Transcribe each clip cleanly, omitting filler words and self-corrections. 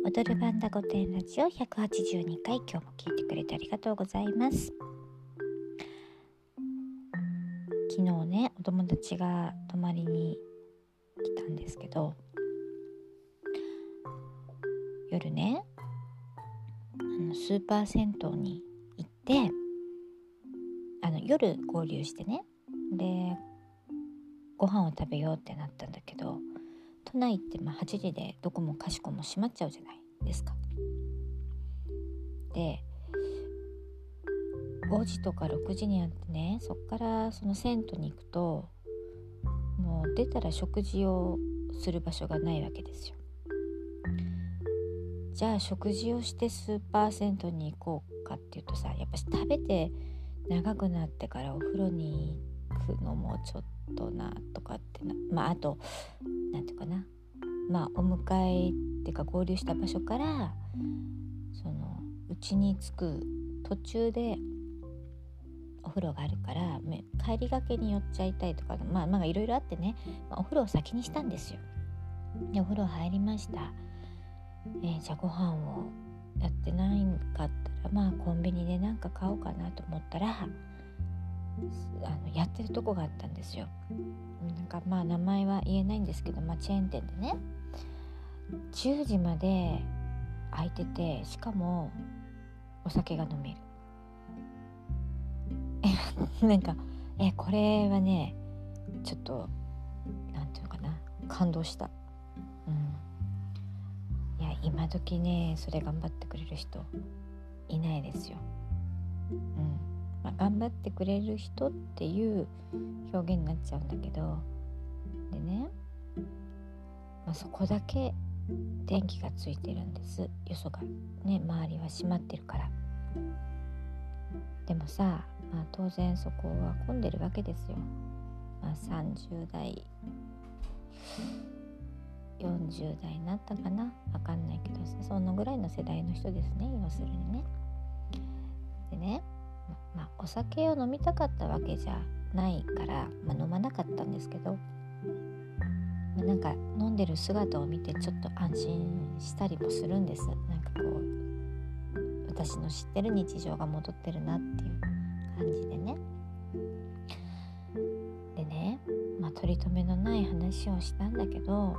踊るバンダ御殿ラジオ182回、今日も聞いてくれてありがとうございます。昨日ね、お友達が泊まりに来たんですけど、夜ね、スーパー銭湯に行って、夜合流してね、でご飯を食べようってなったんだけど、都内って8時でどこもかしこも閉まっちゃうじゃないですか。で5時とか6時にあってね、そっからその銭湯に行くと、もう出たら食事をする場所がないわけですよ。じゃあ食事をしてスーパー銭湯に行こうかっていうとさ、やっぱ食べて長くなってからお風呂に行くのもちょっとなとかってあとなんていうかな、お迎えっていうか合流した場所からうちに着く途中でお風呂があるから帰りがけに寄っちゃいたいとか、いろいろあってね、お風呂を先にしたんですよ。でお風呂入りました。じゃあご飯をやってないんかったら、コンビニでなんか買おうかなと思ったら、やってるとこがあったんですよ。名前は言えないんですけど、チェーン店でね10時まで空いてて、しかもお酒が飲めるこれはね、ちょっとなんていうのかな、感動した。いや今時ね、それ頑張ってくれる人いないですよ。頑張ってくれる人っていう表現になっちゃうんだけど、でね、そこだけ電気がついてるんです。よそがね、周りは閉まってるから。でもさ、当然そこは混んでるわけですよ。30代40代になったかな、わかんないけどさ、そのぐらいの世代の人ですね、要するにね。でね、お酒を飲みたかったわけじゃないから、飲まなかったんですけど、飲んでる姿を見てちょっと安心したりもするんです。私の知ってる日常が戻ってるなっていう感じでね。でね、取り留めのない話をしたんだけど、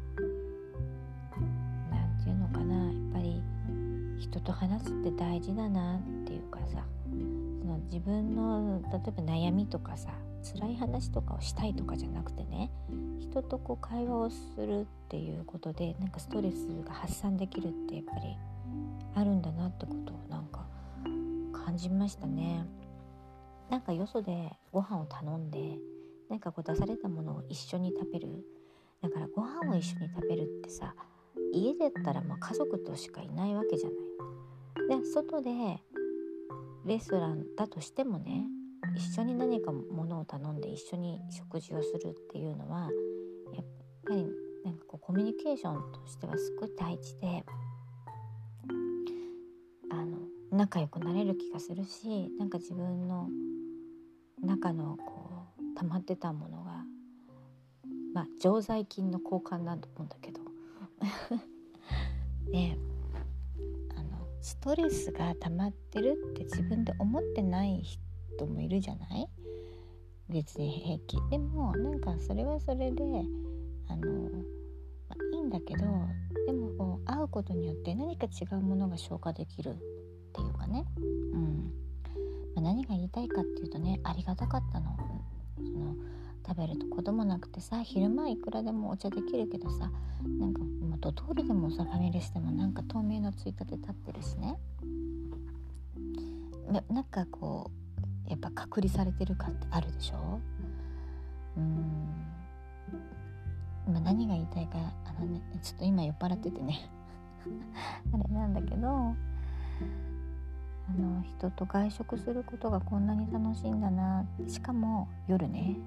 なんていうのかな、やっぱり人と話すって大事だなっていうかさ、自分の例えば悩みとかさ、辛い話とかをしたいとかじゃなくてね、人と会話をするっていうことでストレスが発散できるってやっぱりあるんだなってことを感じましたね。よそでご飯を頼んで出されたものを一緒に食べる。だからご飯を一緒に食べるってさ、家だったら家族としかいないわけじゃない。で外でレストランだとしてもね、一緒に何か物を頼んで一緒に食事をするっていうのはやっぱりコミュニケーションとしてはすごい大事で、仲良くなれる気がするし、自分の中の溜まってたものが常在菌の交換だと思うんだけどでストレスが溜まってるって自分で思ってない人もいるじゃない。別に平気でもそれはそれでいいんだけど、でも会うことによって何か違うものが消化できるっていうかね。何が言いたいかっていうとね、ありがたかったの。食べるとこともなくてさ、昼間いくらでもお茶できるけどさ、ドトールでもさ、ファミレスでも透明のついたて立ってるしね、やっぱ隔離されてる感ってあるでしょ。何が言いたいかちょっと今酔っ払っててねあれなんだけど、人と外食することがこんなに楽しいんだな。しかも夜ね。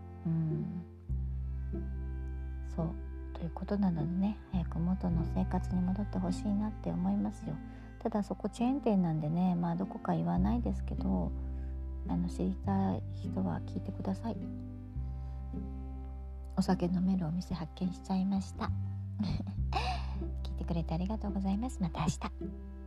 そうということなのでね、早く元の生活に戻ってほしいなって思いますよ。ただそこチェーン店なんでね、どこか言わないですけど、知りたい人は聞いてください。お酒飲めるお店発見しちゃいました聞いてくくれてありがとうございます。また明日。